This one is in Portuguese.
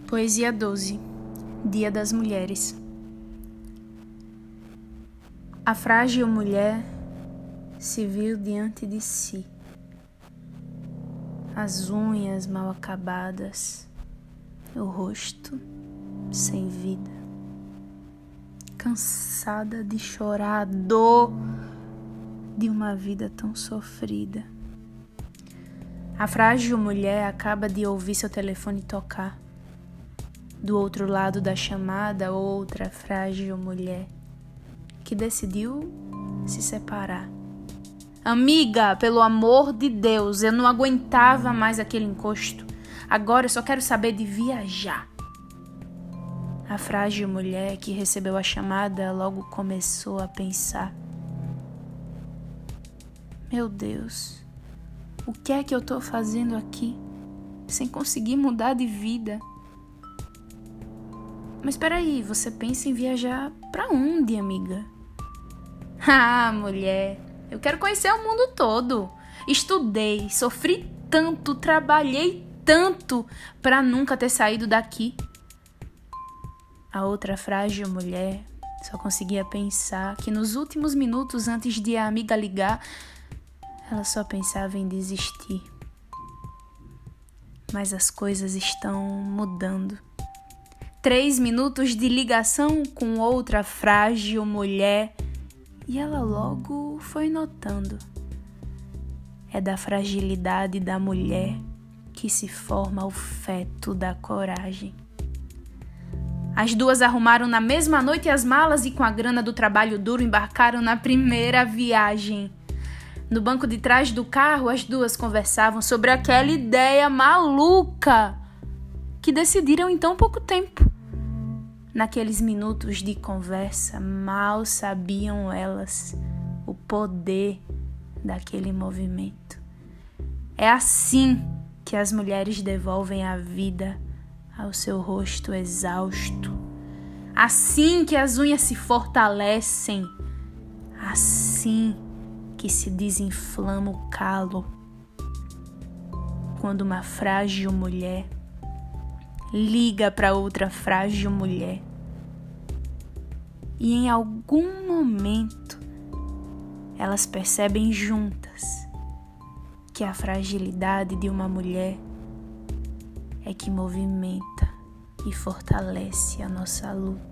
Poesia 12. Dia das Mulheres. A frágil mulher se viu diante de si, as unhas mal acabadas, o rosto sem vida, cansada de chorar a dor de uma vida tão sofrida. A frágil mulher acaba de ouvir seu telefone tocar. Do outro lado da chamada, outra frágil mulher que decidiu se separar. Amiga, pelo amor de Deus, eu não aguentava mais aquele encosto. Agora eu só quero saber de viajar. A frágil mulher que recebeu a chamada logo começou a pensar: meu Deus, o que é que eu tô fazendo aqui, sem conseguir mudar de vida? Mas peraí, você pensa em viajar pra onde, amiga? Ah, mulher, eu quero conhecer o mundo todo. Estudei, sofri tanto, trabalhei tanto pra nunca ter saído daqui. A outra frágil mulher só conseguia pensar que nos últimos minutos antes de a amiga ligar, ela só pensava em desistir. Mas as coisas estão mudando. 3 minutos de ligação com outra frágil mulher e ela logo foi notando. É da fragilidade da mulher que se forma o feto da coragem. As duas arrumaram na mesma noite as malas e com a grana do trabalho duro embarcaram na primeira viagem. No banco de trás do carro, as duas conversavam sobre aquela ideia maluca que decidiram em tão pouco tempo. Naqueles minutos de conversa, mal sabiam elas o poder daquele movimento. É assim que as mulheres devolvem a vida ao seu rosto exausto. Assim que as unhas se fortalecem. Assim que se desinflama o calo. Quando uma frágil mulher liga para outra frágil mulher. E em algum momento elas percebem juntas que a fragilidade de uma mulher é que movimenta e fortalece a nossa luta.